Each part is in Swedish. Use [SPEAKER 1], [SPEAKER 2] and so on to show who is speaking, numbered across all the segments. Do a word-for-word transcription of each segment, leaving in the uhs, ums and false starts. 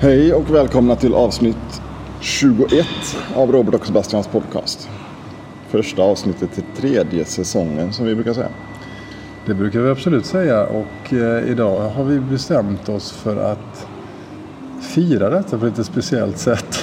[SPEAKER 1] Hej och välkomna till avsnitt tjugoett av Robert och Sebastians podcast. Första avsnittet till tredje säsongen som vi brukar säga.
[SPEAKER 2] Det brukar vi absolut säga, och eh, idag har vi bestämt oss för att fira detta på ett lite speciellt sätt.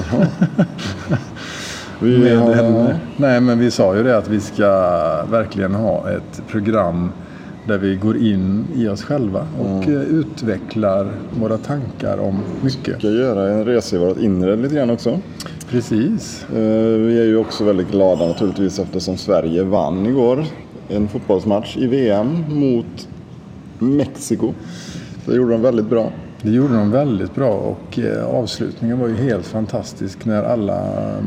[SPEAKER 2] vi Med har... en, nej, men vi sa ju det att vi ska verkligen ha ett program där vi går in i oss själva och mm. utvecklar våra tankar om mycket.
[SPEAKER 1] Vi ska göra en resa i vårt inre lite grann också.
[SPEAKER 2] Precis.
[SPEAKER 1] Vi är ju också väldigt glada naturligtvis eftersom Sverige vann igår en fotbollsmatch i V M mot Mexiko. Det gjorde de väldigt bra.
[SPEAKER 2] Det gjorde de väldigt bra, och avslutningen var ju helt fantastisk när alla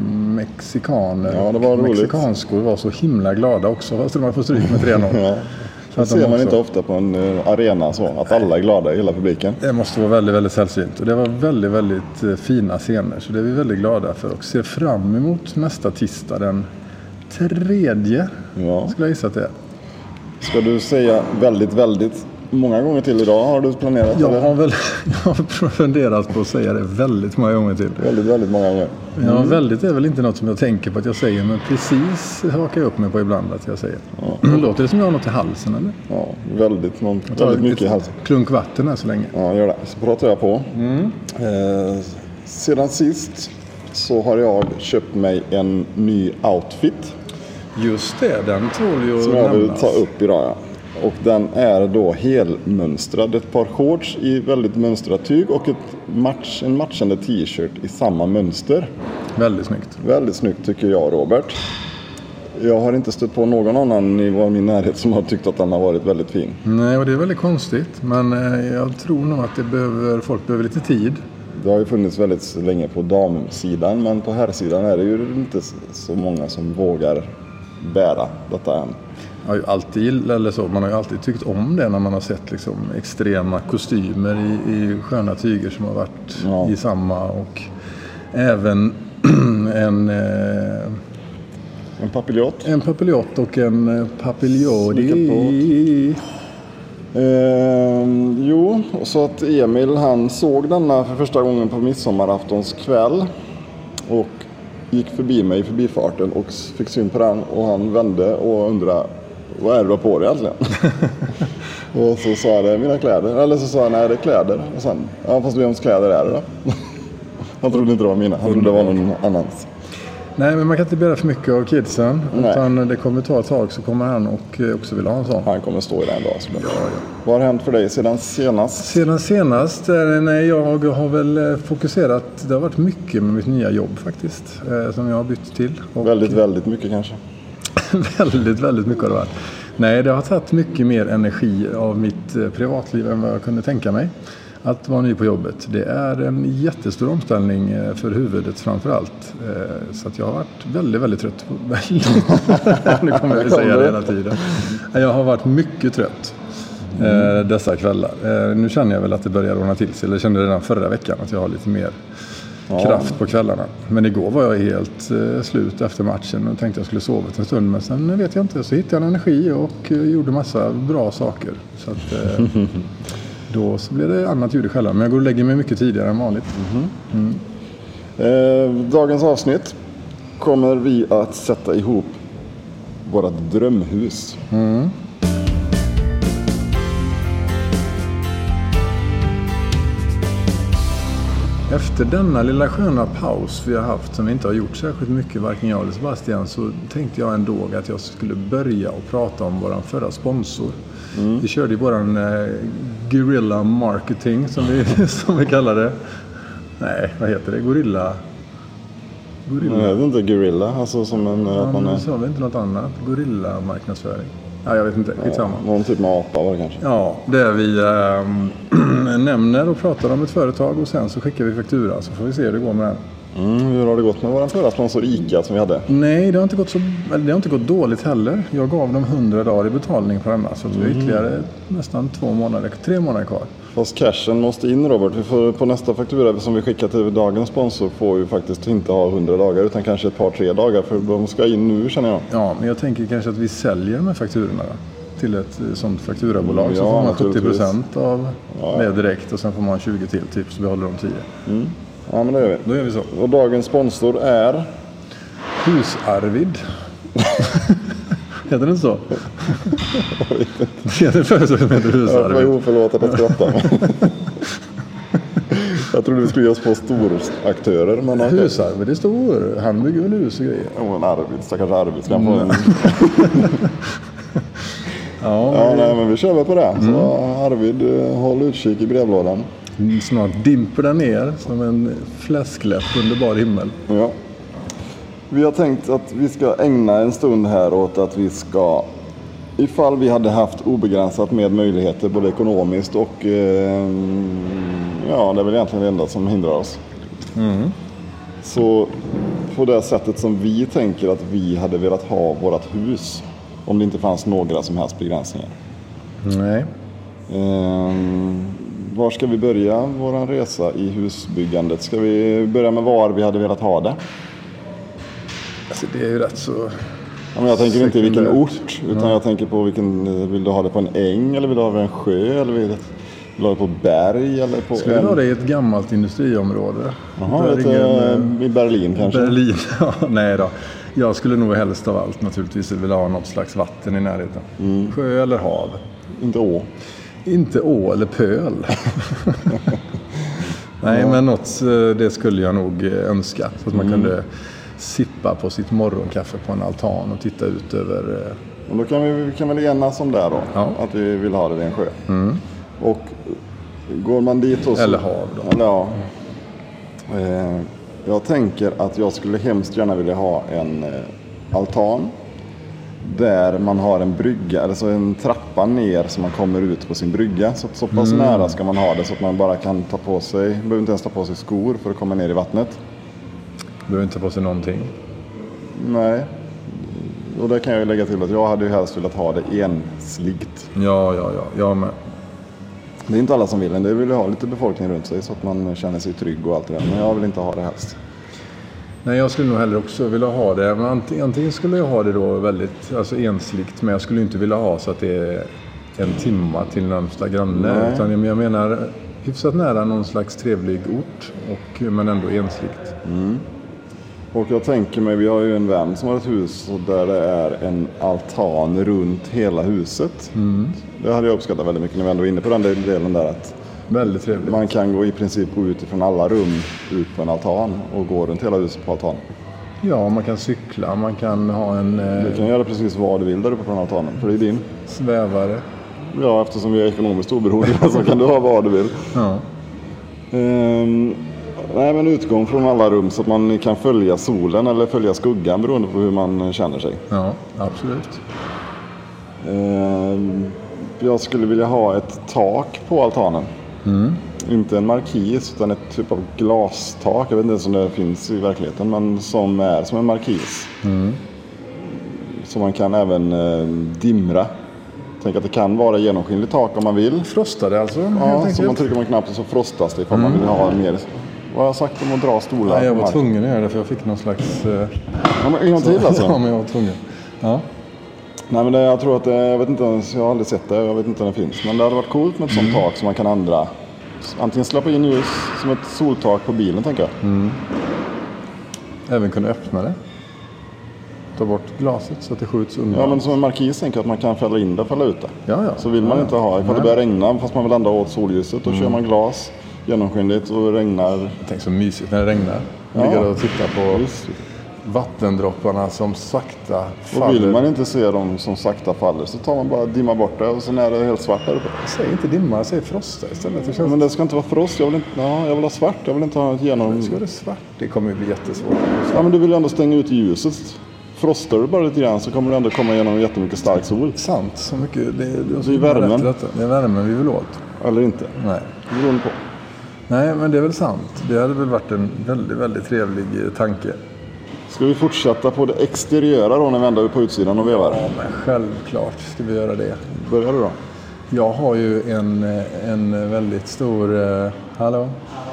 [SPEAKER 2] mexikaner
[SPEAKER 1] ja, det var
[SPEAKER 2] och
[SPEAKER 1] roligt.
[SPEAKER 2] mexikanskor var så himla glada också, fast de har fått stryk med tre noll.
[SPEAKER 1] ja. Det ser man också inte ofta på en arena så, att alla är glada i hela publiken.
[SPEAKER 2] Det måste vara väldigt, väldigt sällsynt. Och det var väldigt, väldigt fina scener. Så det är vi väldigt glada för. Och ser fram emot nästa tisdag, den tredje. Ja. Skulle jag gissa att det är.
[SPEAKER 1] Ska du säga väldigt, väldigt många gånger till idag? Har du planerat?
[SPEAKER 2] Jag har väl jag har funderat på att säga det väldigt många gånger till.
[SPEAKER 1] Väldigt, väldigt många gånger.
[SPEAKER 2] Mm. Ja, väldigt är väl inte något som jag tänker på att jag säger, men precis hakar jag upp mig på ibland att jag säger. Ja. Låter det som jag har något i halsen, eller?
[SPEAKER 1] Ja, väldigt, någon, väldigt mycket i halsen.
[SPEAKER 2] Klunk vatten här så länge.
[SPEAKER 1] Ja, gör det. Så pratar jag på. Mm. Eh, sedan sist så har jag köpt mig en ny outfit.
[SPEAKER 2] Just det, den tror jag
[SPEAKER 1] som jag vill ta upp idag, ja. Och den är då helmönstrad. Ett par shorts i väldigt mönstrat tyg och ett match, en matchande t-shirt i samma mönster.
[SPEAKER 2] Väldigt snyggt.
[SPEAKER 1] Väldigt snyggt tycker jag, Robert. Jag har inte stött på någon annan i min närhet som har tyckt att den har varit väldigt fin.
[SPEAKER 2] Nej, och det är väldigt konstigt. Men jag tror nog att det behöver, folk behöver lite tid.
[SPEAKER 1] Det har ju funnits väldigt länge på damsidan, men på herrsidan är det ju inte så många som vågar bära detta än.
[SPEAKER 2] Jag har ju alltid, eller så, man har ju alltid tyckt om det när man har sett liksom extrema kostymer i, i sköna tyger som har varit ja. i samma, och även en eh,
[SPEAKER 1] en papilliott
[SPEAKER 2] en papilliott och en papilliodi.
[SPEAKER 1] Eh, jo, så att Emil han såg denna för första gången på midsommaraftons kväll och gick förbi mig i förbifarten och fick syn på den, och han vände och undrade: vad är det du har på dig egentligen? Och så sa det mina kläder. Eller så sa han, nej det är kläder. Och sen, ja fast vems kläder är det då? Han trodde inte det var mina, han trodde det var någon annans.
[SPEAKER 2] Nej, men man kan inte begära för mycket av kidsen. Nej. Utan det kommer ta ett tag så kommer han och också vill ha en sån.
[SPEAKER 1] Han kommer stå i den dag. Ja, ja. Vad har hänt för dig sedan senast?
[SPEAKER 2] Sedan senast? Nej, jag har väl fokuserat. Det har varit mycket med mitt nya jobb faktiskt. Som jag har bytt till.
[SPEAKER 1] Och väldigt, väldigt mycket kanske.
[SPEAKER 2] väldigt, väldigt mycket har det varit. Nej, det har tagit mycket mer energi av mitt privatliv än vad jag kunde tänka mig. Att vara ny på jobbet. Det är en jättestor omställning för huvudet framförallt. Så att jag har varit väldigt, väldigt trött. Nu kommer jag att säga det hela tiden. Jag har varit mycket trött mm. dessa kvällar. Nu känner jag väl att det börjar ordna till sig. Eller jag kände redan förra veckan att jag har lite mer ja. kraft på kvällarna. Men igår var jag helt slut efter matchen och tänkte jag skulle sova en stund. Men sen vet jag inte. Så hittade jag en energi och gjorde massa bra saker. Så att... Då så blir det annat ljud i skällan. Men jag går och lägger mig mycket tidigare än vanligt. Mm.
[SPEAKER 1] Mm. Eh, dagens avsnitt kommer vi att sätta ihop vårt drömhus. Mm.
[SPEAKER 2] Efter denna lilla sköna paus vi har haft, som vi inte har gjort särskilt mycket, varken jag eller Sebastian, så tänkte jag ändå att jag skulle börja och prata om vår förra sponsor. Mm. Vi körde ju våran eh, guerrilla marketing som vi, som vi kallar det. Nej, vad heter det? Gorilla?
[SPEAKER 1] Gorilla? Nej, det är inte gorilla. Alltså som en...
[SPEAKER 2] Ja, men det sa vi inte något annat. Gorilla marknadsföring. Ja, jag vet inte. Skitsamma.
[SPEAKER 1] Ja, någon typ med apa var det kanske.
[SPEAKER 2] Ja, där vi äh, nämner och pratar om ett företag och sen så skickar vi faktura så får vi se hur det går med den.
[SPEAKER 1] Mm, hur har det gått med våran förra sponsor ICA som vi hade?
[SPEAKER 2] Nej, det har inte gått så, det har inte gått dåligt heller. Jag gav dem hundra dagar i betalning på denna, så det är ytterligare nästan två månader, tre månader kvar.
[SPEAKER 1] Fast cashen måste in, Robert. Vi får, på nästa faktura som vi skickar till dagens sponsor får vi faktiskt inte ha hundra dagar utan kanske ett par, tre dagar, för de ska in nu, känner jag.
[SPEAKER 2] Ja, men jag tänker kanske att vi säljer de här fakturorna då. till ett sånt fakturabolag,
[SPEAKER 1] Ja,
[SPEAKER 2] så får man
[SPEAKER 1] naturligtvis.
[SPEAKER 2] sjuttio procent av
[SPEAKER 1] Ja.
[SPEAKER 2] det direkt och sen får man tjugo till typ, så behåller de tio.
[SPEAKER 1] Mm. Ja, men det gör vi.
[SPEAKER 2] Då gör vi så.
[SPEAKER 1] Och dagens sponsor är...
[SPEAKER 2] Husarvid. Heter den så? Det är ett företag som heter
[SPEAKER 1] Jag var
[SPEAKER 2] Husarvid.
[SPEAKER 1] oförlåtet att skratta. Jag trodde vi skulle ge oss på storaktörer. Men okej.
[SPEAKER 2] Husarvid är stor. Han bygger väl hus och grejer.
[SPEAKER 1] Ja, en Arvid, stackars Arvid. Ska han få en...
[SPEAKER 2] Ja,
[SPEAKER 1] Ja, nej, men vi kör väl på det. Så Arvid, eh, håll utkik i brevlådan.
[SPEAKER 2] snart dimper den ner som en fläskläpp under bar himmel.
[SPEAKER 1] Ja. Vi har tänkt att vi ska ägna en stund här åt att vi ska, ifall vi hade haft obegränsat med möjligheter både ekonomiskt och eh, ja, det är väl egentligen det enda som hindrar oss.
[SPEAKER 2] Mm.
[SPEAKER 1] Så på det sättet som vi tänker att vi hade velat ha vårat hus, om det inte fanns några som helst begränsningar.
[SPEAKER 2] Nej.
[SPEAKER 1] Eh, var ska vi börja vår resa i husbyggandet? Ska vi börja med var vi hade velat ha det?
[SPEAKER 2] Alltså, det är ju rätt så...
[SPEAKER 1] Ja, men jag tänker inte vilken
[SPEAKER 2] sekundärt.
[SPEAKER 1] ort, utan jag tänker på vilken, vill du ha det på en äng eller vill du ha det på en sjö eller vill du ha det på berg eller på
[SPEAKER 2] Skulle
[SPEAKER 1] en...
[SPEAKER 2] du ha det i ett gammalt industriområde?
[SPEAKER 1] Jaha,
[SPEAKER 2] Där
[SPEAKER 1] lite,
[SPEAKER 2] ingen,
[SPEAKER 1] eh, i Berlin kanske?
[SPEAKER 2] Berlin, ja, nej då. Jag skulle nog helst av allt naturligtvis vilja ha något slags vatten i närheten.
[SPEAKER 1] Mm.
[SPEAKER 2] Sjö eller hav.
[SPEAKER 1] Inte å.
[SPEAKER 2] Inte å eller pöl. Nej, men något, det skulle jag nog önska. Så att man
[SPEAKER 1] Mm.
[SPEAKER 2] kunde sippa på sitt morgonkaffe på en altan och titta ut över...
[SPEAKER 1] Men då kan vi, vi kan väl enas om det då,
[SPEAKER 2] Ja.
[SPEAKER 1] att vi vill ha det vid en sjö.
[SPEAKER 2] Mm.
[SPEAKER 1] Och går man dit och så...
[SPEAKER 2] Eller hav då.
[SPEAKER 1] Eller, ja. Eh, jag tänker att jag skulle hemskt gärna vilja ha en eh, altan där man har en brygga, eller så en trappa ner så man kommer ut på sin brygga. Så, så pass
[SPEAKER 2] Mm.
[SPEAKER 1] nära ska man ha det så att man bara kan ta på sig, behöver inte ens ta på sig skor för att komma ner i vattnet.
[SPEAKER 2] Behöver inte ta på sig någonting.
[SPEAKER 1] Nej. Och där kan jag ju lägga till att jag hade ju helst velat ha det ensligt.
[SPEAKER 2] Ja, ja, ja. Jag med.
[SPEAKER 1] Det är inte alla som vill, men det vill ju ha lite befolkning runt sig så att man känner sig trygg och allt det där. Men jag vill inte ha det helst.
[SPEAKER 2] Nej, jag skulle nog hellre också vilja ha det. Men antingen, antingen skulle jag ha det då väldigt alltså ensligt, men jag skulle inte vilja ha så att det är en timma till närmsta granne.
[SPEAKER 1] Nej.
[SPEAKER 2] Utan jag, jag menar hyfsat nära någon slags trevlig ort, och, men ändå ensligt.
[SPEAKER 1] Mm. Och jag tänker mig, vi har ju en vän som har ett hus där det är en altan runt hela huset.
[SPEAKER 2] Mm.
[SPEAKER 1] Det hade jag uppskattat väldigt mycket när vi ändå är inne på den delen där att
[SPEAKER 2] Väldigt trevligt.
[SPEAKER 1] man kan gå i princip gå ut ifrån alla rum ut på en altan och gå runt hela huset på altan.
[SPEAKER 2] Ja, man kan cykla, man kan ha en eh,
[SPEAKER 1] Du kan göra precis vad du vill där uppe på den altanen, för det är din.
[SPEAKER 2] svävare.
[SPEAKER 1] Ja, eftersom vi är ekonomiskt oberoende så kan du ha vad du vill.
[SPEAKER 2] Ja.
[SPEAKER 1] Ehm, nej, men utgång från alla rum så att man kan följa solen eller följa skuggan beroende på hur man känner sig.
[SPEAKER 2] Ja, absolut.
[SPEAKER 1] Ehm, jag skulle vilja ha ett tak på altanen.
[SPEAKER 2] Mm.
[SPEAKER 1] Inte en markis utan ett typ av glastak. Jag vet inte ens om det finns i verkligheten, men som är som en markis.
[SPEAKER 2] Mm.
[SPEAKER 1] Så man kan även eh, dimra. Tänk att det kan vara genomskinligt tak om man vill.
[SPEAKER 2] Frostade alltså,
[SPEAKER 1] Ja,
[SPEAKER 2] helt
[SPEAKER 1] så man
[SPEAKER 2] enkelt.
[SPEAKER 1] trycker man knappt så frostas det ifall man vill ha mer. Vad har jag sagt om att dra stolar?
[SPEAKER 2] Ja, jag
[SPEAKER 1] på
[SPEAKER 2] var
[SPEAKER 1] marken?
[SPEAKER 2] tvungen att göra det för jag fick någon slags... Eh,
[SPEAKER 1] Ja, men en gång till alltså?
[SPEAKER 2] ja, men jag var tvungen. Ja.
[SPEAKER 1] Nej, men det, jag tror att det, jag vet inte ens, jag har aldrig sett det, jag vet inte om det finns. Men det hade varit coolt med ett sånt tak som man kan ändra. Antingen släppa in ljus som ett soltak på bilen, tänker jag.
[SPEAKER 2] Mm. Även kunna öppna det. Ta bort glaset så att det skjuts undan.
[SPEAKER 1] Ja, men som en markis tänker jag att man kan fälla in det och fälla ut det.
[SPEAKER 2] Ja, ja.
[SPEAKER 1] Så vill man
[SPEAKER 2] ja,
[SPEAKER 1] inte ha, ifall
[SPEAKER 2] Nej.
[SPEAKER 1] det börjar regna fast man vill ändå åt solljuset, då kör man glas genomskinligt och regnar.
[SPEAKER 2] Tänk så mysigt när det regnar.
[SPEAKER 1] Ja.
[SPEAKER 2] Ligga och titta på
[SPEAKER 1] Just.
[SPEAKER 2] vattendropparna som sakta
[SPEAKER 1] Och
[SPEAKER 2] faller.
[SPEAKER 1] vill man inte se dem som sakta faller så tar man bara dimma bort det och sen är det helt svart där uppe.
[SPEAKER 2] Säg inte dimma, säg frosta istället. Det
[SPEAKER 1] Ja,
[SPEAKER 2] känns...
[SPEAKER 1] men det ska inte vara frost, jag vill inte, ja, jag vill ha svart, jag vill inte ha ett genom...
[SPEAKER 2] Ska det svart? Det kommer ju bli jättesvårt.
[SPEAKER 1] Ja, men du vill ju ändå stänga ut ljuset. Frostar du bara lite grann så kommer du ändå komma igenom jättemycket stark sol.
[SPEAKER 2] Sant, så mycket. Det, det,
[SPEAKER 1] Det är värmen.
[SPEAKER 2] Det, det är värmen vi vill åt.
[SPEAKER 1] Eller inte.
[SPEAKER 2] Nej.
[SPEAKER 1] Beroende på.
[SPEAKER 2] Nej, men det är väl sant. Det hade väl varit en väldigt, väldigt trevlig eh, tanke.
[SPEAKER 1] Ska vi fortsätta på det exteriöra då när vi ändå är på utsidan och vevar?
[SPEAKER 2] Ja, men självklart ska vi göra det.
[SPEAKER 1] Börjar du då?
[SPEAKER 2] Jag har ju en, en väldigt stor... Eh, hallå?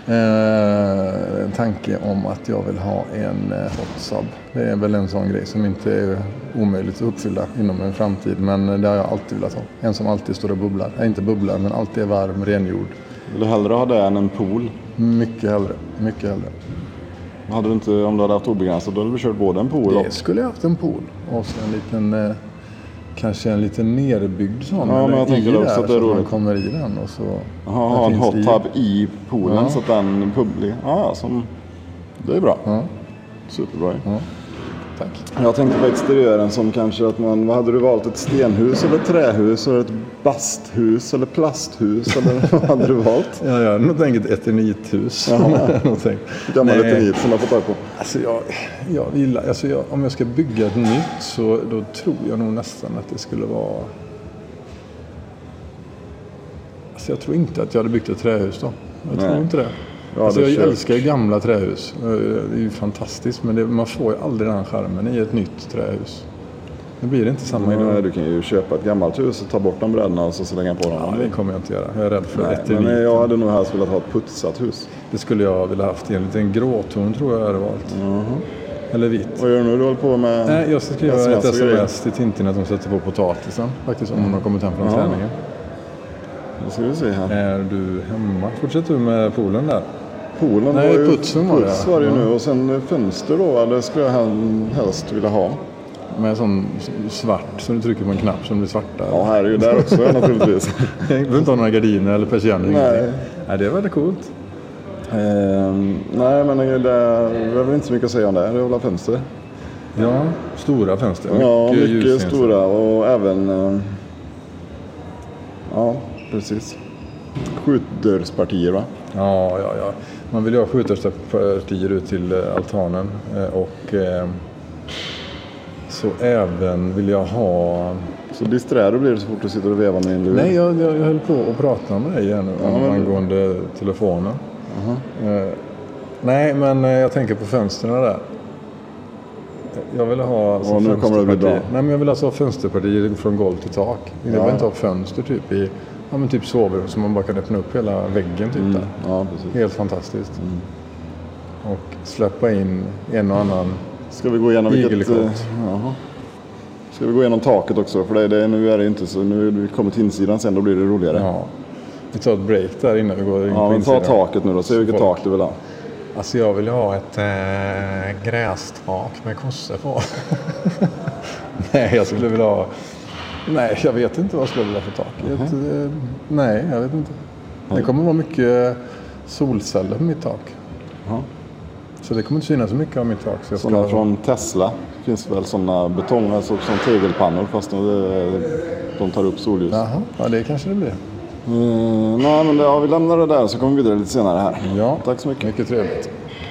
[SPEAKER 2] Eh, en tanke om att jag vill ha en eh, hot sub. Det är väl en sån grej som inte är omöjligt att uppfylla inom en framtid. Men det har jag alltid velat ha. En som alltid står och bubblar. Äh, inte bubblar, men alltid är varm, rengjord.
[SPEAKER 1] Vill du hellre ha det än en pool?
[SPEAKER 2] Mycket hellre. Mycket hellre.
[SPEAKER 1] Hade du inte, om du hade haft obegränsat, då hade du kört både en pool och...
[SPEAKER 2] Det skulle jag haft en pool. Och så en liten... Eh, kanske en liten nerbyggd sån.
[SPEAKER 1] Ja, men jag tänker också att det är roligt.
[SPEAKER 2] Man kommer i den och så...
[SPEAKER 1] Aha, ha en hot tub i, i poolen, ja. Så att den publik... Ja, som... Det är bra.
[SPEAKER 2] Ja.
[SPEAKER 1] Superbra.
[SPEAKER 2] Ja. Tack.
[SPEAKER 1] Jag tänkte på exteriören som kanske att man... Vad hade du valt? Ett stenhus eller ett trähus? Eller ett basthus eller plasthus? Eller vad hade du valt?
[SPEAKER 2] Ja, jag hade nog tänkt ett eternithus.
[SPEAKER 1] Gammal eternit som jag får tag på.
[SPEAKER 2] Alltså jag, jag gillar... Alltså jag, om jag ska bygga ett nytt så då tror jag nog nästan att det skulle vara... Alltså jag tror inte att jag hade byggt ett trähus då. Jag
[SPEAKER 1] Nej.
[SPEAKER 2] tror inte det.
[SPEAKER 1] Ja,
[SPEAKER 2] alltså
[SPEAKER 1] det
[SPEAKER 2] jag
[SPEAKER 1] kört.
[SPEAKER 2] älskar gamla trähus. Det är ju fantastiskt. Men det, man får ju aldrig den charmen i ett nytt trähus. Det blir inte samma idag.
[SPEAKER 1] Ja, du kan ju köpa ett gammalt hus och ta bort de brädorna och så slänga på dem.
[SPEAKER 2] Ja, det kommer jag inte göra. Jag är rädd för
[SPEAKER 1] Nej,
[SPEAKER 2] eternit.
[SPEAKER 1] men jag hade nog helst velat ha ett putsat hus.
[SPEAKER 2] Det skulle jag vilja haft i en liten gråton tror jag jag hade valt.
[SPEAKER 1] Mm-hmm.
[SPEAKER 2] Eller vit.
[SPEAKER 1] Vad gör du nu? Du håller på med...
[SPEAKER 2] Nej, jag ska skriva
[SPEAKER 1] sms
[SPEAKER 2] ett
[SPEAKER 1] och grejer.
[SPEAKER 2] sms till Tintin att de sätter på potatisen. Faktiskt om hon har kommit hem från
[SPEAKER 1] Ja.
[SPEAKER 2] träningen.
[SPEAKER 1] Då ska vi se här.
[SPEAKER 2] Är du hemma? Fortsätter du med poolen där?
[SPEAKER 1] Poolen
[SPEAKER 2] Nej,
[SPEAKER 1] var ju...
[SPEAKER 2] putsen var det.
[SPEAKER 1] Puts var det ju
[SPEAKER 2] Ja.
[SPEAKER 1] nu. Och sen fönster då. Det skulle jag helst vilja ha.
[SPEAKER 2] Med sån svart som du trycker på en knapp som blir svarta.
[SPEAKER 1] Ja, här är ju där också naturligtvis.
[SPEAKER 2] Du behöver inte ha några gardiner eller persienner.
[SPEAKER 1] Nej.
[SPEAKER 2] Nej, det är väldigt coolt.
[SPEAKER 1] Ehm, nej, men det, det är väl inte så mycket att säga om det. Det är väl fönster.
[SPEAKER 2] Ja, stora fönster.
[SPEAKER 1] Ja, mycket
[SPEAKER 2] ljusnäs.
[SPEAKER 1] stora och även... eh, ja, precis. Skjutdörrspartier, va?
[SPEAKER 2] Ja, ja, ja. Man vill ju ha skjutarpartier ut till eh, altanen. Eh, och eh, så även vill jag ha...
[SPEAKER 1] Så disträr du blir det så fort du sitter och vevar med en lur?
[SPEAKER 2] Nej, jag, jag, jag höll på att prata med dig igen
[SPEAKER 1] Ja,
[SPEAKER 2] om
[SPEAKER 1] men-
[SPEAKER 2] angående telefonen.
[SPEAKER 1] Uh-huh.
[SPEAKER 2] Eh, nej, men eh, jag tänker på fönstren där. Jag vill ha alltså,
[SPEAKER 1] Och nu kommer det bli bra.
[SPEAKER 2] Nej, men jag vill alltså ha fönsterpartier från golv till tak. Jag vill
[SPEAKER 1] Ja.
[SPEAKER 2] inte ha fönster typ i ja, men typ sovrum som man bara kan öppna upp hela väggen typ
[SPEAKER 1] Mm.
[SPEAKER 2] där.
[SPEAKER 1] Ja, precis.
[SPEAKER 2] Helt fantastiskt. Och släppa in en och annan.
[SPEAKER 1] Ska vi gå igenom vilket...
[SPEAKER 2] Igelkott.
[SPEAKER 1] eh, Jaha. Ska vi gå igenom taket också? För det, det, nu är det inte så... Nu vi kommer till insidan sen, då blir det roligare. Ja,
[SPEAKER 2] Ja. Vi tar ett break där innan vi går in på
[SPEAKER 1] men ta
[SPEAKER 2] insidan.
[SPEAKER 1] taket nu då. Se vilket tak du vill ha.
[SPEAKER 2] Alltså jag vill ha ett äh, grästak med kossor på. Nej, jag skulle vilja ha... Nej, jag vet inte vad jag skulle vilja ha för tak. Ett, eh, nej, jag vet inte. Det kommer vara mycket solceller på mitt tak.
[SPEAKER 1] Jaha.
[SPEAKER 2] Så det kommer inte synas så mycket av mitt tak. Så jag ska...
[SPEAKER 1] Sådana från Tesla. Det finns väl sådana betong, alltså som tegelpannor fast de, de tar upp solljus.
[SPEAKER 2] Jaha, ja det kanske det blir.
[SPEAKER 1] Mm, nej, men det, ja, vi lämnar det där så kommer vi vidare lite senare här.
[SPEAKER 2] Ja,
[SPEAKER 1] Tack så mycket.
[SPEAKER 2] Mycket trevligt.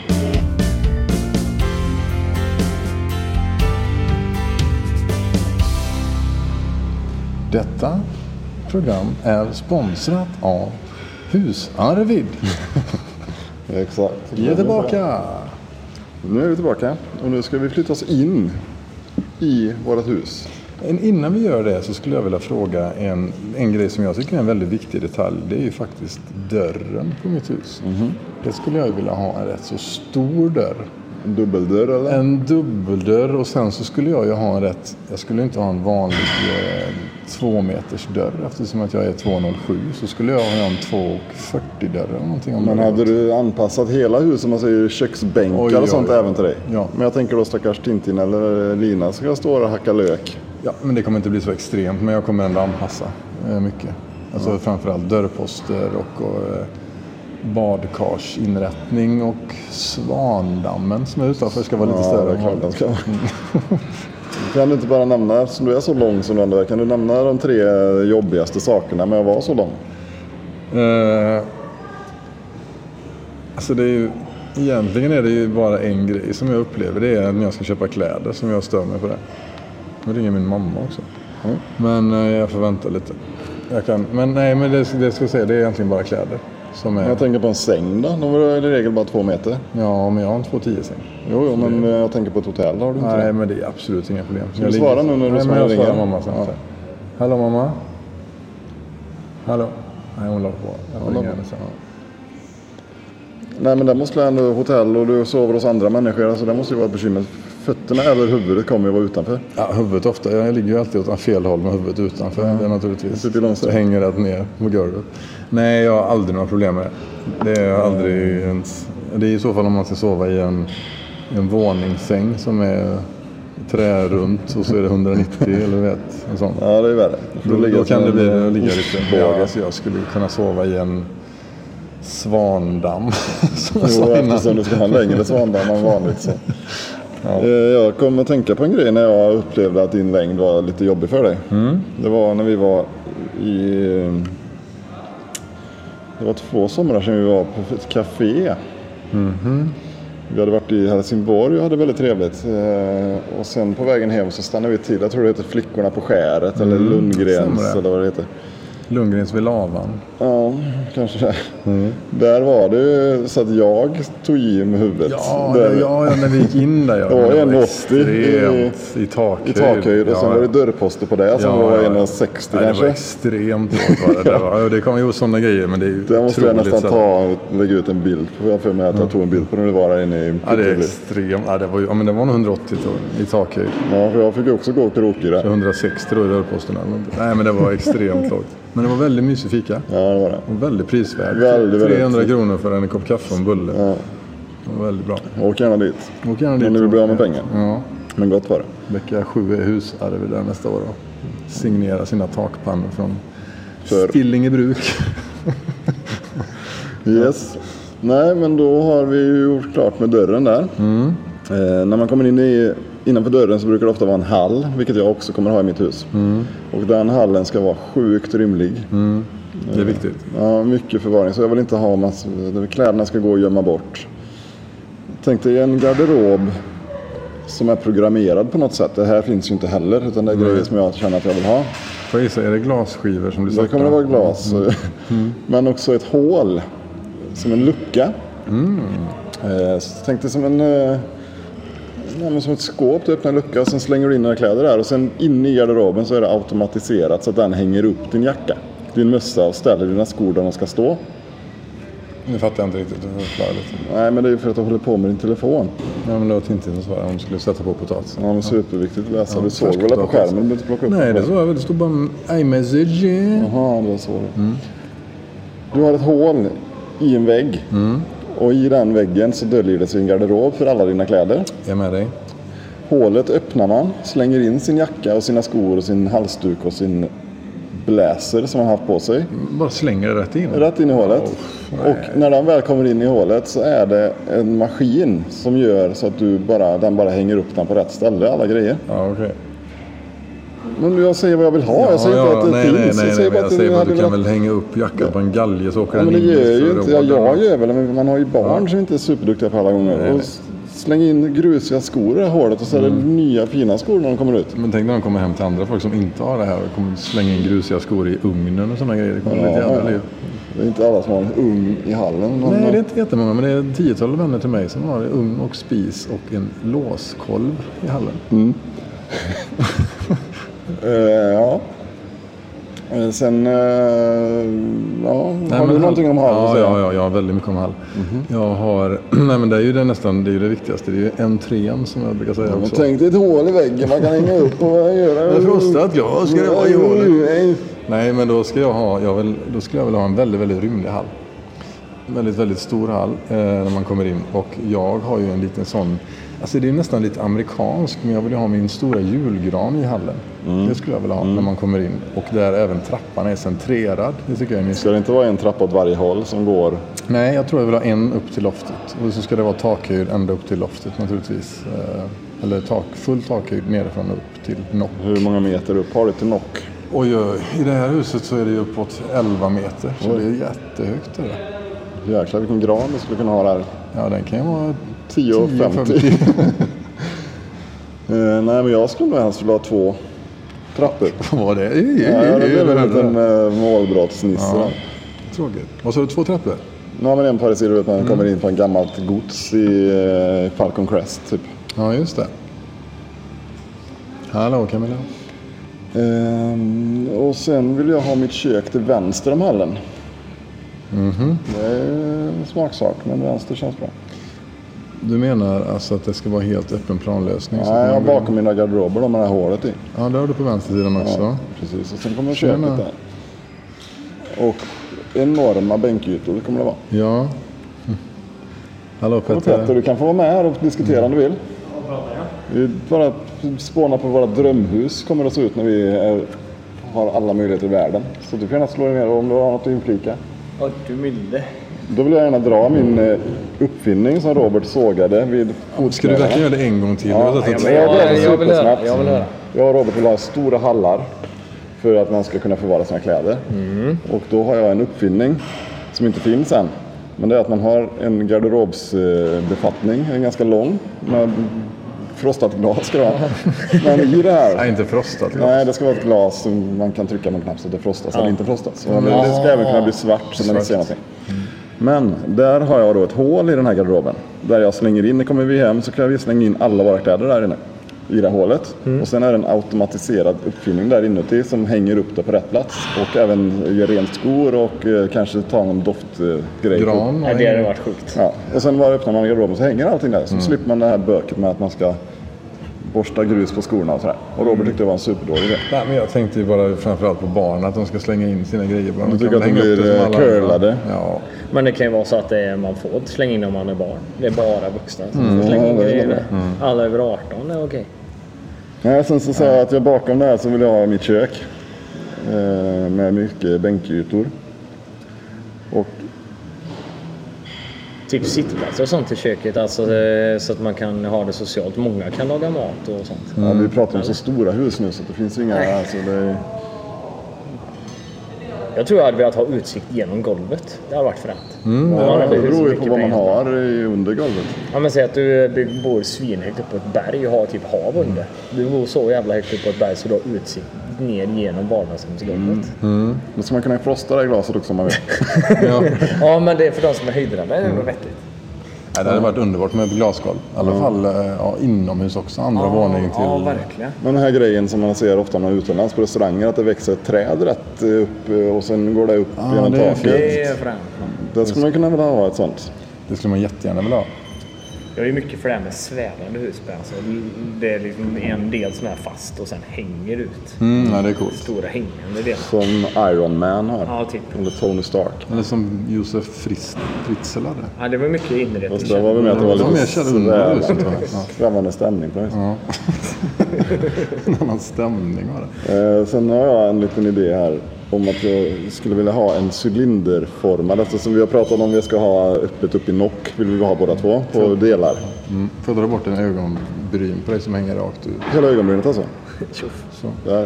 [SPEAKER 2] Detta program är sponsrat av Husarvid.
[SPEAKER 1] Exakt.
[SPEAKER 2] Vi är tillbaka.
[SPEAKER 1] Nu är vi tillbaka och nu ska vi flytta oss in i vårt hus.
[SPEAKER 2] Men innan vi gör det så skulle jag vilja fråga en, en grej som jag tycker är en väldigt viktig detalj. Det är ju faktiskt dörren på mitt hus.
[SPEAKER 1] Mm-hmm.
[SPEAKER 2] Det skulle jag vilja ha en rätt så stor dörr.
[SPEAKER 1] En dubbeldörr eller?
[SPEAKER 2] En dubbeldörr och sen så skulle jag ju ha en rätt... Jag skulle inte ha en vanlig eh, två meters dörr eftersom att jag är två noll sju. Så skulle jag ha en två fyrtio dörr eller någonting. Om
[SPEAKER 1] Men
[SPEAKER 2] det
[SPEAKER 1] hade
[SPEAKER 2] var.
[SPEAKER 1] du anpassat hela huset, man säger köksbänkar
[SPEAKER 2] Oj, oj,
[SPEAKER 1] och sånt
[SPEAKER 2] oj.
[SPEAKER 1] även till dig?
[SPEAKER 2] Ja.
[SPEAKER 1] Men jag tänker då stackars Tintin eller Lina ska stå och hacka lök.
[SPEAKER 2] Ja, men det kommer inte bli så extremt. Men jag kommer ändå anpassa eh, mycket. Alltså ja. Framförallt dörrposter och... och eh, badkarsinrättning och svandammen som är utanför ska vara lite
[SPEAKER 1] Ja,
[SPEAKER 2] större.
[SPEAKER 1] det är klart den ska vara. Kan du inte bara nämna, eftersom du är så lång som du ändå är, kan du nämna de tre jobbigaste sakerna med att vara så lång?
[SPEAKER 2] Eh, alltså det är ju, egentligen är det ju bara en grej som jag upplever. Det är när jag ska köpa kläder som jag stör mig på det. Nu ringer min mamma också.
[SPEAKER 1] Mm.
[SPEAKER 2] Men eh, jag får vänta lite. Jag kan, men nej, men det, det ska jag säga, det är egentligen bara kläder. Som är,
[SPEAKER 1] Jag tänker på en säng då, de är i regel bara två meter.
[SPEAKER 2] ja, men jag har en två tio säng.
[SPEAKER 1] Jo, jo men jag tänker på ett hotell, har du inte
[SPEAKER 2] Nej,
[SPEAKER 1] det?
[SPEAKER 2] men det är absolut inga problem.
[SPEAKER 1] Ska du svara nu när du
[SPEAKER 2] Nej, men
[SPEAKER 1] svarar
[SPEAKER 2] jag
[SPEAKER 1] ringer?
[SPEAKER 2] svarar mamma sen.
[SPEAKER 1] Ja.
[SPEAKER 2] Hallå mamma? Hallå? Nej, hon la på. Jag får
[SPEAKER 1] Ja,
[SPEAKER 2] ringa
[SPEAKER 1] la på.
[SPEAKER 2] henne sen.
[SPEAKER 1] Nej, men det måste vara ändå hotell och du sover hos andra människor. Alltså det måste ju vara ett bekymmer. Fötterna eller huvudet kommer ju vara utanför.
[SPEAKER 2] Ja, huvudet ofta. Jag ligger ju alltid åt fel håll med huvudet utanför. Ja. Det är naturligtvis. Så jag hänger rätt ner på golvet. Nej, jag har aldrig några problem med det. Det är aldrig ens... Det är i så fall om man ska sova i en, en våningssäng som är trärunt och så är det hundranittio eller vet en sån.
[SPEAKER 1] Ja, det är värre.
[SPEAKER 2] Då, då, då kan det bli ligga lite. Ja, alltså jag skulle kunna sova i en svandamm.
[SPEAKER 1] Jo, eftersom du ska ha en längre svandamm än vanligt så. Ja. Jag kom att tänka på en grej när jag upplevde att din längd var lite jobbig för dig.
[SPEAKER 2] Mm.
[SPEAKER 1] Det var när vi var i... Det var två somrar sedan vi var på ett café.
[SPEAKER 2] Mm-hmm.
[SPEAKER 1] Vi hade varit i Helsingborg och hade väldigt trevligt. Och sen på vägen hem så stannade vi till. Jag tror det heter Flickorna på skäret mm. eller Lundgrens eller vad det heter.
[SPEAKER 2] Lundgrens vid lavan.
[SPEAKER 1] Ja, kanske det.
[SPEAKER 2] Mm.
[SPEAKER 1] Där var det så att jag tog i med huvudet.
[SPEAKER 2] Ja,
[SPEAKER 1] där,
[SPEAKER 2] ja, ja, när vi gick in där. Ja.
[SPEAKER 1] Det var en
[SPEAKER 2] åttio i, i takhöjd.
[SPEAKER 1] I takhöjd och sen ja. var det dörrposter på det som ja, var en sextio
[SPEAKER 2] ja,
[SPEAKER 1] kanske.
[SPEAKER 2] Det var extremt lågt. Det, var, det kommer ju sådana grejer, men det är ju
[SPEAKER 1] det måste jag nästan ta och lägga ut en bild på. Jag för mig att jag tog en bild på när det var där inne i...
[SPEAKER 2] Ja, det är extremt. Ja, det var, ju, ja, men det var nog hundraåttio i takhöjd.
[SPEAKER 1] Ja, för jag fick också gå krokig där.
[SPEAKER 2] Så hundrasextio då i dörrposterna. Nej, men det var extremt lågt. Men det var väldigt mysig fika.
[SPEAKER 1] Ja, det var det.
[SPEAKER 2] Och väldigt prisvärd.
[SPEAKER 1] Väldigt,
[SPEAKER 2] trehundra
[SPEAKER 1] väldigt.
[SPEAKER 2] kronor för en kopp kaffe och en bulle.
[SPEAKER 1] Ja.
[SPEAKER 2] Det var väldigt bra.
[SPEAKER 1] Åk gärna dit.
[SPEAKER 2] Åk gärna dit.
[SPEAKER 1] Men du blir bra med pengar.
[SPEAKER 2] Ja.
[SPEAKER 1] Men gott var det.
[SPEAKER 2] Vecka sju är husarv där nästa år. Då. Signera sina takpannor från
[SPEAKER 1] för...
[SPEAKER 2] Stillingebruk.
[SPEAKER 1] Yes. Nej, men då har vi gjort klart med dörren där.
[SPEAKER 2] Mm.
[SPEAKER 1] Eh, när man kommer in i, innanför dörren så brukar det ofta vara en hall, vilket jag också kommer ha i mitt hus.
[SPEAKER 2] Mm.
[SPEAKER 1] Och den hallen ska vara sjukt rymlig.
[SPEAKER 2] Mm. Det är viktigt.
[SPEAKER 1] Ja, mycket förvaring. Så jag vill inte ha massor. Kläderna ska gå att gömma bort. Tänk dig en garderob som är programmerad på något sätt. Det här finns ju inte heller, utan det är mm. grejer som jag känner att jag vill ha.
[SPEAKER 2] Får jag gissa, är det glasskivor som du
[SPEAKER 1] sagt? Det kommer det vara glas. Mm. Mm. Men också ett hål. Som en lucka.
[SPEAKER 2] Mm.
[SPEAKER 1] Eh, så tänk dig som en... Eh, ja, men som ett skåp, du öppnar en lucka och sen slänger du in några kläder där. Och sen inne i garderoben så är det automatiserat så att den hänger upp din jacka. Din mössa och ställer dina skor där de ska stå.
[SPEAKER 2] Nu fattar jag inte riktigt. Du förklarar lite.
[SPEAKER 1] Nej, men det är för att du håller på med din telefon.
[SPEAKER 2] Ja, men det var Tintin som svarade om du skulle sätta på potatis.
[SPEAKER 1] Ja, men superviktigt att läsa. Ja, du såg väl på skärmen, du inte plocka upp.
[SPEAKER 2] Nej, det såg jag väl. Det stod bara iMessage.
[SPEAKER 1] Jaha, det var så.
[SPEAKER 2] Mm.
[SPEAKER 1] Du har ett hål i en vägg.
[SPEAKER 2] Mm.
[SPEAKER 1] Och i den väggen så döljer det sig en garderob för alla dina kläder.
[SPEAKER 2] Jag är med dig. Hålet
[SPEAKER 1] öppnar man, slänger in sin jacka och sina skor och sin halsduk och sin blazer som man haft på sig.
[SPEAKER 2] Bara slänger det rätt in?
[SPEAKER 1] Rätt in i hålet. Oh, och när den väl kommer in i hålet så är det en maskin som gör så att du bara, den bara hänger upp den på rätt ställe, alla grejer.
[SPEAKER 2] Ja, okej. Okay.
[SPEAKER 1] Men jag säger vad jag vill ha. Jag säger
[SPEAKER 2] ja,
[SPEAKER 1] inte att det
[SPEAKER 2] nej,
[SPEAKER 1] finns.
[SPEAKER 2] Nej, nej,
[SPEAKER 1] jag säger
[SPEAKER 2] nej,
[SPEAKER 1] bara
[SPEAKER 2] jag säger bara att du kan
[SPEAKER 1] velat...
[SPEAKER 2] väl hänga upp jackan på en galge så åker
[SPEAKER 1] ja,
[SPEAKER 2] den
[SPEAKER 1] in.
[SPEAKER 2] in.
[SPEAKER 1] Men det gör ju inte. Ja, jag gör väl men man har ju barn
[SPEAKER 2] ja.
[SPEAKER 1] som inte är superduktiga på alla gånger.
[SPEAKER 2] Nej,
[SPEAKER 1] och
[SPEAKER 2] nej.
[SPEAKER 1] släng in grusiga skor i det hålet och så är det mm. nya fina skor när de kommer ut.
[SPEAKER 2] Men tänk när de kommer hem till andra folk som inte har det här och kommer slänga in grusiga skor i ugnen och sådana grejer. Det kommer ja, lite jävla liv.
[SPEAKER 1] Det är inte alla som har en ugn i hallen.
[SPEAKER 2] Nej, det är inte jättemånga, men det är tiotal vänner till mig som har en ugn och spis och en låskolv i hallen.
[SPEAKER 1] Mm. uh, ja. Sen, uh, ja, nej, har du någonting om hall?
[SPEAKER 2] Ja, ja, ja, jag har väldigt mycket om hall. Mm-hmm. Jag har, nej men det är ju det nästan, det är ju det viktigaste. Det är ju entrén som jag brukar säga ja, också.
[SPEAKER 1] Tänk dig ett hål i väggen, man kan hänga upp och göra...
[SPEAKER 2] Det är frostat, ja, ska det vara i hålet? Nej, men då ska jag ha, jag vill, då skulle jag vilja ha en väldigt, väldigt rymlig hall. Väldigt, väldigt stor hall eh, när man kommer in. Och jag har ju en liten sån, alltså det är nästan lite amerikansk, men jag vill ha min stora julgran i hallen. Mm. Det skulle jag vilja ha mm. när man kommer in. Och där även trappan är centrerad. Det tycker jag är mysigt.
[SPEAKER 1] Ska det inte vara en trappa åt varje håll som går?
[SPEAKER 2] Nej, jag tror jag vill ha en upp till loftet. Och så ska det vara takhöjd ända upp till loftet naturligtvis. Eh, eller tak, full takhöjd nerifrån upp till nock.
[SPEAKER 1] Hur många meter upp har du till nock?
[SPEAKER 2] Oj, oj, i det här huset så är det uppåt elva meter. Så oj. Det är jättehögt det där.
[SPEAKER 1] Jäklar vilken gran du skulle kunna ha där.
[SPEAKER 2] Ja, den kan ju vara
[SPEAKER 1] tio femtio. uh, nej, men jag skulle nog helst vilja ha två trappor.
[SPEAKER 2] Vad var det?
[SPEAKER 1] Ja, det blev en liten uh, målbrottsnisse. Ja.
[SPEAKER 2] Tråkigt. Vad sa du, två trappor?
[SPEAKER 1] Ja, men en par ser du att man mm. kommer in på en gammalt gods i uh, Falcon Crest typ.
[SPEAKER 2] Ja, just det. Hallå Camilla.
[SPEAKER 1] Um, och sen vill jag ha mitt kök till vänster om hallen.
[SPEAKER 2] Mm-hmm.
[SPEAKER 1] Det är en smaksak, men vänster känns bra.
[SPEAKER 2] Du menar alltså att det ska vara helt öppen planlösning?
[SPEAKER 1] Nej, jag har bakom mina garderober då, med det här hålet i.
[SPEAKER 2] Ja, det har du på vänstersidan också.
[SPEAKER 1] Ja, precis. Och sen kommer köket där. Och enorma bänkytor kommer det vara.
[SPEAKER 2] Ja. Mm. Hallå Petter.
[SPEAKER 1] Och Petter, du kan få vara med här och diskutera om du vill. Vi bara spånar på våra drömhus kommer det att se ut när vi är, har alla möjligheter i världen. Så du kan gärna slå dig ner om du har något att inflika.
[SPEAKER 3] Ja, du milde.
[SPEAKER 1] Då vill jag gärna dra min uppfinning som Robert sågade vid fotsnören.
[SPEAKER 2] Ska du verkligen göra det en gång till?
[SPEAKER 1] Ja,
[SPEAKER 2] jag,
[SPEAKER 1] ja,
[SPEAKER 2] att...
[SPEAKER 1] men jag, jag,
[SPEAKER 3] jag vill höra. Jag vill höra.
[SPEAKER 1] Jag och Robert vill ha stora hallar för att man ska kunna förvara sina kläder. Mm. Och då har jag en uppfinning som inte finns än. Men det är att man har en garderobsbefattning, en ganska lång, med frostat glas ska det vara. Men i det här...
[SPEAKER 2] Nej, inte frostat glas.
[SPEAKER 1] Nej, det ska vara ett glas som man kan trycka med en knapp så att det frostas, ja. Eller inte frostas. Och
[SPEAKER 2] Mm.
[SPEAKER 1] det ska även kunna bli svart så man inte ser någonting. Mm. Men där har jag då ett hål i den här garderoben. Där jag slänger in, när kommer vi hem så kan vi slänga in alla våra kläder där inne. I det här hålet. Mm. Och sen är det en automatiserad uppfinning där inuti som hänger upp det på rätt plats. Och även ger rent skor och eh, kanske tar någon doftgrej. Eh,
[SPEAKER 2] Gran.
[SPEAKER 3] Nej, det hade varit sjukt.
[SPEAKER 1] Ja. Och sen bara öppnar man garderoben så hänger allting där. Så mm. slipper man det här böket med att man ska borsta grus på skorna och sådär. Och Robert tyckte det var en superdålig idé.
[SPEAKER 2] Nej, men jag tänkte ju bara framförallt på barn att de ska slänga in sina grejer.
[SPEAKER 1] Du tycker att de blir curlade?
[SPEAKER 2] Ja.
[SPEAKER 3] Men det kan ju vara så att det är, man får slänga in om man är barn. Det är bara vuxna som mm. får slänga in grejer. Mm. Alla över arton är okej.
[SPEAKER 1] Nej, sen så sa jag att jag bakom det här så vill jag ha mitt kök. Eh, med mycket bänkytor. Och
[SPEAKER 3] typ sittplatser och sånt i köket, alltså det, så att man kan ha det socialt. Många kan laga mat och sånt.
[SPEAKER 1] Mm. Ja, vi pratar om så stora hus nu så det finns inga... Alltså det...
[SPEAKER 3] Jag tror jag hade velat ha utsikt genom golvet. Det har varit fränt.
[SPEAKER 1] Mm. Ja, det beror ju på vad man har under golvet.
[SPEAKER 3] Ja, men säg att du bor svinhögt upp på ett berg och har typ hav under. Du bor så jävla högt upp på ett berg så du har utsikt ner genom vardagsrumsgolvet.
[SPEAKER 1] Mm. Mm. Då ska man kunna frosta det glaset också om man vill.
[SPEAKER 3] ja. ja, men det är för de som är höjdrädda. Det är nog vettigt.
[SPEAKER 2] Nej, det hade varit underbart med ett glasgolv. I alla fall ja, inomhus också. Andra ja, våningen till...
[SPEAKER 3] Ja, verkligen.
[SPEAKER 1] Men den här grejen som man ser ofta när man är utomlands på restauranger. Att det växer ett träd rätt upp och sen går det upp
[SPEAKER 2] ja,
[SPEAKER 1] genom
[SPEAKER 2] det
[SPEAKER 1] taket.
[SPEAKER 3] Det är främt.
[SPEAKER 1] Det skulle man kunna vilja ha ett sånt.
[SPEAKER 2] Det skulle man jättegärna vilja ha.
[SPEAKER 3] Jag är ju mycket för det här med svävande husbär. Alltså, det är liksom en del som är fast och sen hänger ut.
[SPEAKER 2] Mm, ja, det är coolt.
[SPEAKER 3] Stora hängande delar.
[SPEAKER 1] Som Iron Man har.
[SPEAKER 3] Ja, typ.
[SPEAKER 1] Eller Tony Stark.
[SPEAKER 2] Eller som Josef Fritz, Fritzl hade.
[SPEAKER 3] Ja, det var mycket inrett.
[SPEAKER 1] Fast det var väl med att det var lite
[SPEAKER 2] svävande,
[SPEAKER 1] svävande stämning på det.
[SPEAKER 2] Ja. En annan stämning var det.
[SPEAKER 1] Eh, sen har jag en liten idé här. Om att jag skulle vilja ha en cylinderformad. Eftersom vi har pratat om att vi ska ha öppet upp i nock. Vill vi ha båda två på mm. delar.
[SPEAKER 2] Mm. Får jag dra bort en ögonbryn på dig som hänger rakt ut?
[SPEAKER 1] Hela ögonbrynet alltså?
[SPEAKER 2] Så.
[SPEAKER 1] Där.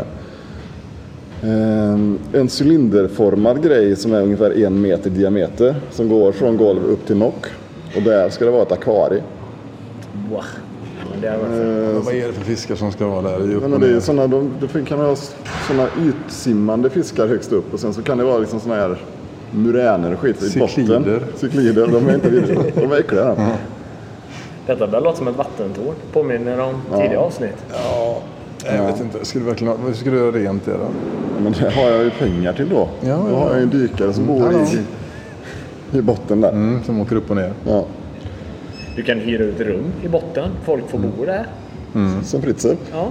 [SPEAKER 1] Um, en cylinderformad grej som är ungefär en meter diameter. Som går från golv upp till nock. Och där ska det vara ett akvarie.
[SPEAKER 3] Wow. Det är
[SPEAKER 2] uh, vad är det för fiskar som ska vara där?
[SPEAKER 1] Det, men det, är såna, de, det kan vara sådana ytsimmande fiskar högst upp. Och sen så kan det vara liksom såna här muräner och skit i botten. Cyklider. De är inte vidare. De är äckliga. Mm.
[SPEAKER 3] Detta där låter som ett vattentorn. Påminner om tidiga ja. avsnitt.
[SPEAKER 2] Ja, jag ja. vet inte. Skulle du verkligen ha, vad skulle du göra rent det då?
[SPEAKER 1] Men det har jag ju pengar till då. Ja, ja. Då har jag ju en dykare som bor mm. i, i botten där.
[SPEAKER 2] Mm, som åker upp och ner.
[SPEAKER 1] Ja.
[SPEAKER 3] Du kan hyra ut rum i botten. Folk får mm. bo där.
[SPEAKER 1] Mm. Som Fritzl.
[SPEAKER 3] Ja,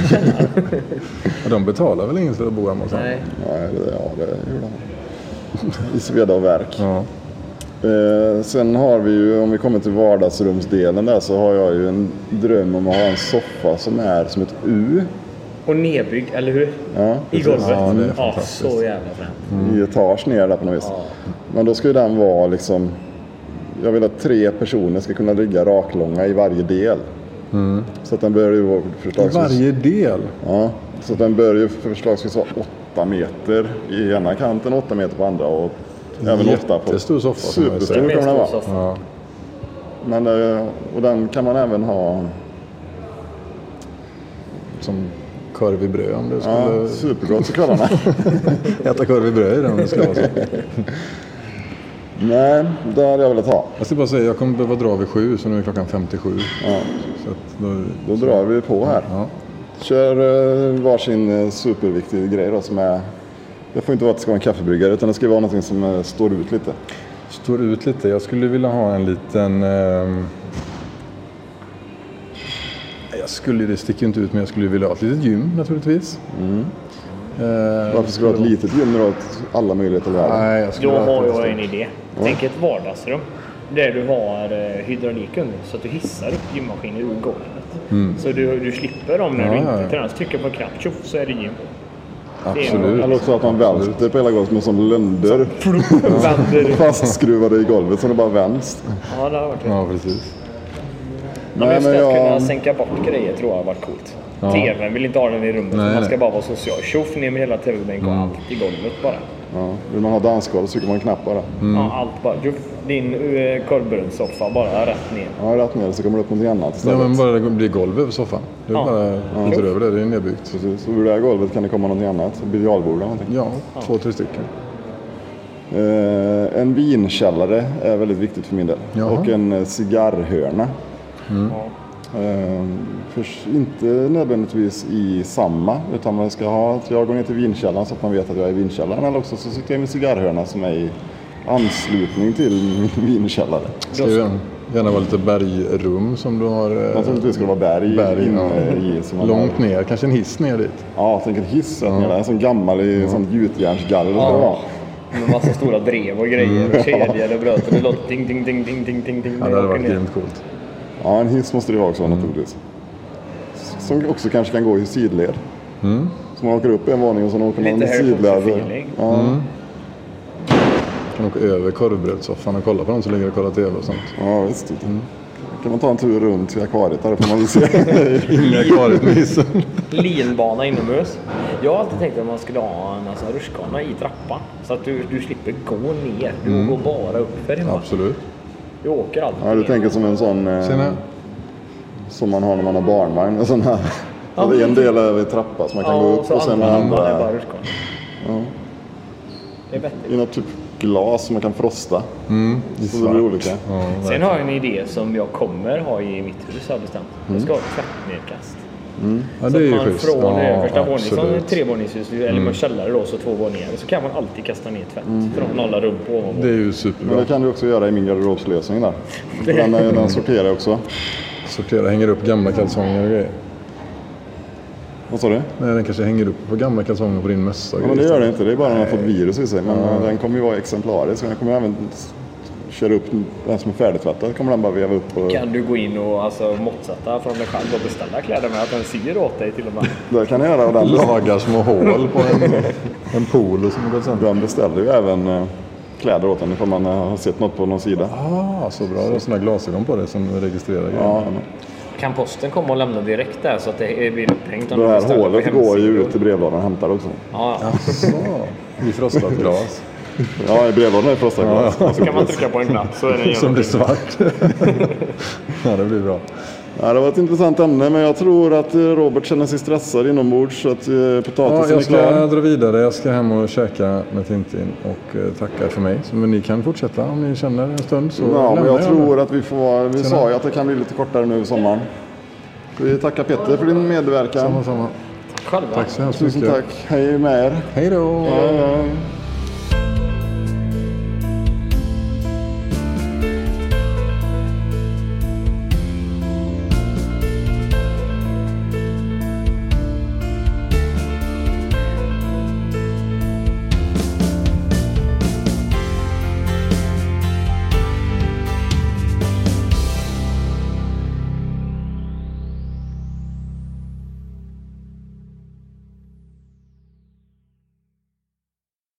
[SPEAKER 2] de betalar väl ingen för att bo hemma hos.
[SPEAKER 3] Nej.
[SPEAKER 1] Nej, det, ja, det gör de. I sveda och verk.
[SPEAKER 2] Ja.
[SPEAKER 1] Eh, sen har vi ju, om vi kommer till vardagsrumsdelen där, så har jag ju en dröm om att ha en soffa som är som ett U.
[SPEAKER 3] Och nedbyggd, eller hur?
[SPEAKER 1] Ja,
[SPEAKER 3] i golvet.
[SPEAKER 2] Ja, det är
[SPEAKER 3] ja,
[SPEAKER 2] fantastiskt.
[SPEAKER 3] så jävla främt.
[SPEAKER 1] Mm. I etage ner där på något vis.
[SPEAKER 3] Ja.
[SPEAKER 1] Men då ska ju den vara liksom... Jag vill att tre personer ska kunna ligga raklånga i varje del. Mm. Så att den bör ju vara förslagsvis...
[SPEAKER 2] I varje del?
[SPEAKER 1] Ja, så att den bör ju förslagsvis vara åtta meter i ena kanten, åtta meter på andra och även åtta på...
[SPEAKER 2] Jättestor soffa.
[SPEAKER 1] Superstor kan den vara.
[SPEAKER 2] Ja.
[SPEAKER 1] Men, och den kan man även ha...
[SPEAKER 2] Som korv i bröd om du skulle...
[SPEAKER 1] Ja, supergott så kvällarna.
[SPEAKER 2] Äta korv i bröd om det ska vara så.
[SPEAKER 1] Nej, det hade jag velat ha.
[SPEAKER 2] Jag ska bara säga, jag kommer behöva dra vid sju, så nu är klockan femtiosju.
[SPEAKER 1] Ja.
[SPEAKER 2] Så att då,
[SPEAKER 1] då
[SPEAKER 2] så.
[SPEAKER 1] drar vi på här.
[SPEAKER 2] Ja.
[SPEAKER 1] Kör uh, varsin uh, superviktig grej då, som är Det får inte vara att det ska vara en kaffebryggare, utan det ska vara något som eh, står ut lite.
[SPEAKER 2] Står ut lite. Jag skulle vilja ha en liten... Eh, jag skulle, det sticker inte ut, men jag skulle vilja ha ett litet gym naturligtvis.
[SPEAKER 1] Mm.
[SPEAKER 2] Eh,
[SPEAKER 1] Varför ska du ha ett litet gym när du har alla möjligheter att lära?
[SPEAKER 2] Nej, jag skulle
[SPEAKER 3] Då
[SPEAKER 2] ha
[SPEAKER 3] har
[SPEAKER 2] ett-
[SPEAKER 3] jag en idé. Tänk ett vardagsrum. Där du har eh, hydraulik under så att du hissar upp gymmaskiner ur golvet. Så du, du slipper dem när
[SPEAKER 2] Ja,
[SPEAKER 3] du
[SPEAKER 2] ja.
[SPEAKER 3] inte tränar. Så trycker på en knapp, tjoff, så är det gym.
[SPEAKER 2] Absolut.
[SPEAKER 1] Eller också att man välter på hela golvet med som lönder
[SPEAKER 3] Vänder.
[SPEAKER 1] fastskruvade i golvet, så det bara vänds.
[SPEAKER 3] Ja, det har varit
[SPEAKER 2] Ja, precis.
[SPEAKER 3] Men
[SPEAKER 1] Nej,
[SPEAKER 3] just
[SPEAKER 1] men
[SPEAKER 3] att kunna
[SPEAKER 1] jag...
[SPEAKER 3] sänka bort grejer tror jag har varit coolt.
[SPEAKER 2] Ja.
[SPEAKER 3] T V:n vill inte ha den i rummet.
[SPEAKER 2] Nej,
[SPEAKER 3] man ska
[SPEAKER 2] nej.
[SPEAKER 3] bara vara social. Tjoff ner med hela T V-bänken och allt i golvet bara.
[SPEAKER 1] Ja, vill man ha dansgolv så trycker man en knapp bara.
[SPEAKER 3] Ja, allt bara. Tjoff, din uh, korvbrunnsoffa bara rätt ner.
[SPEAKER 1] Ja, rätt ner så kommer det upp något annat
[SPEAKER 2] Ja,
[SPEAKER 1] istället.
[SPEAKER 2] men bara det blir golv över soffan. Det är
[SPEAKER 3] Ja.
[SPEAKER 2] bara inte över det, det är nedbyggt.
[SPEAKER 1] Precis, och ur det här golvet kan det komma något annat. Biljardbord eller någonting.
[SPEAKER 2] Ja, två, tre stycken.
[SPEAKER 1] Eh, en vinkällare är väldigt viktigt för min del.
[SPEAKER 2] Jaha.
[SPEAKER 1] Och en eh, cigarrhörna.
[SPEAKER 3] Ja.
[SPEAKER 1] Eh, för, inte nödvändigtvis i samma, utan man ska ha att jag går ner till vinkällaren så att man vet att jag är i vinkällaren. Eller också så sitter jag i min cigarrhörna som är i anslutning till min vinkällare.
[SPEAKER 2] Ska ju gärna, gärna vara lite bergrum som du har. eh,
[SPEAKER 1] Naturligtvis ska det vara berg,
[SPEAKER 2] Berg,
[SPEAKER 1] inne
[SPEAKER 2] ja.
[SPEAKER 1] i. Som man
[SPEAKER 2] Långt
[SPEAKER 1] har.
[SPEAKER 2] ner, kanske en hiss ner dit.
[SPEAKER 1] Ja, jag tänker hiss rätt ner där. En sån gammal i sånt gjutjärnsgaller. Ja.
[SPEAKER 3] Ja. Med massa stora drev och grejer och kedjor och bröt. Och det låter ding, ding, ding, ding, ding, ding, ding.
[SPEAKER 2] Ja, det hade varit grymt coolt.
[SPEAKER 1] Ja, en hiss måste det vara också naturligtvis. Som också kanske kan gå i sidled. Så man åker upp en våning och så åker man i
[SPEAKER 3] Lite Harry
[SPEAKER 1] sidled.
[SPEAKER 3] Potter-feeling.
[SPEAKER 1] Ja.
[SPEAKER 2] Kan åka över korvbrödssoffan och kolla på dem så ligger och kollar tv och sånt.
[SPEAKER 1] Ja, visst. Kan man ta en tur runt till akvariet där, får man väl se.
[SPEAKER 2] Inga akvariet med hissen.
[SPEAKER 3] Linbana inomhus. Jag har alltid tänkt att man skulle ha en alltså, rutschkana i trappan. Så att du, du slipper gå ner. Du går bara upp för hemma.
[SPEAKER 2] Absolut.
[SPEAKER 3] Du åker alltid
[SPEAKER 1] Ja, du
[SPEAKER 3] ner.
[SPEAKER 1] tänker som en sån eh,
[SPEAKER 2] Tjena.
[SPEAKER 1] som man har när man har barnvagn. En sån här.
[SPEAKER 3] Ja,
[SPEAKER 1] Alltså, en
[SPEAKER 3] men-
[SPEAKER 1] del är vid trappa så man kan
[SPEAKER 3] Ja,
[SPEAKER 1] gå
[SPEAKER 3] och
[SPEAKER 1] upp
[SPEAKER 3] så
[SPEAKER 1] och sen
[SPEAKER 3] andra
[SPEAKER 1] den
[SPEAKER 3] handen är bara
[SPEAKER 1] andra
[SPEAKER 3] rutschkana.
[SPEAKER 1] Ja.
[SPEAKER 3] Det är bättre.
[SPEAKER 1] i något typ glas som man kan frosta.
[SPEAKER 2] Mm,
[SPEAKER 1] Så det blir olika.
[SPEAKER 2] Ja,
[SPEAKER 3] Sen har jag en idé som jag kommer ha i mitt hus har jag bestämt. Jag ska ha ett tvättnedkast.
[SPEAKER 2] ja,
[SPEAKER 3] Så
[SPEAKER 2] det är
[SPEAKER 3] att
[SPEAKER 2] ju
[SPEAKER 3] man
[SPEAKER 2] schysst.
[SPEAKER 3] från
[SPEAKER 2] Ja,
[SPEAKER 3] första våningen, som
[SPEAKER 2] absolut.
[SPEAKER 3] ett trevåningshus eller med källare då, så två våningar. Så kan man alltid kasta ner tvätt från alla rum på ovanvåningen.
[SPEAKER 2] Det är ju
[SPEAKER 1] Men
[SPEAKER 2] superbra.
[SPEAKER 1] det kan du också göra i min garderobslösning där. För Den, är- den sorterar jag också.
[SPEAKER 2] Sortera, hänger upp gamla kalsonger och grejer.
[SPEAKER 1] Vad sa du?
[SPEAKER 2] Nej, den kanske hänger upp på gamla kalsonger på din mössa. och
[SPEAKER 1] Ja, men det
[SPEAKER 2] grejer.
[SPEAKER 1] gör det inte. Det är bara när den har fått virus i sig. Men eh, den kommer ju vara exemplarisk. Den kommer även köra upp den som är färdigtvättad. Kommer den bara veva upp. Och...
[SPEAKER 3] Kan du gå in och alltså, måttsätta från dig själv och beställa kläder med att den syr åt dig till och med?
[SPEAKER 1] Det kan jag göra. Och den,
[SPEAKER 2] Lagar små hål på en, en polo som har gått sönder.
[SPEAKER 1] den beställer ju även eh, kläder åt den ifall man eh, har sett något på någon sida.
[SPEAKER 2] Ah, så bra. Det är sådana glasögon på det som registrerar grejer.
[SPEAKER 1] Ja,
[SPEAKER 3] Kan posten komma och lämna direkt där så att det blir upphängt? om
[SPEAKER 1] det
[SPEAKER 3] du
[SPEAKER 1] här
[SPEAKER 3] beställer på
[SPEAKER 1] hålet går ju
[SPEAKER 3] hemsidor?
[SPEAKER 1] ut till brevlådan och hämtar också.
[SPEAKER 3] Ja, ja.
[SPEAKER 2] Så, i frostat glas.
[SPEAKER 1] Ja, i brevlådan är det första glas.
[SPEAKER 3] Så kan man trycka på en knapp så är den
[SPEAKER 2] Som blir
[SPEAKER 3] genom.
[SPEAKER 2] svart. Ja, det blir bra.
[SPEAKER 1] Ja, det var ett intressant ämne, men jag tror att eh, Robert känner sig stressad inombords så att eh,
[SPEAKER 2] Ja,
[SPEAKER 1] potatisen
[SPEAKER 2] jag
[SPEAKER 1] är
[SPEAKER 2] ska
[SPEAKER 1] klar.
[SPEAKER 2] dra vidare. Jag ska hem och käka med Tintin och eh, tacka för mig. Så, men ni kan fortsätta om ni känner en stund. Så
[SPEAKER 1] Ja, men
[SPEAKER 2] lämnar
[SPEAKER 1] jag tror
[SPEAKER 2] nu.
[SPEAKER 1] att vi får, vi sa ju att det kan bli lite kortare nu i sommaren. Vi tackar Petter för din medverkan.
[SPEAKER 2] Samma, samma.
[SPEAKER 3] Själva.
[SPEAKER 2] Tack så hemskt
[SPEAKER 1] Tusen
[SPEAKER 2] mycket.
[SPEAKER 1] tack. Hej med er.
[SPEAKER 2] Hej då!
[SPEAKER 1] Ja, ja.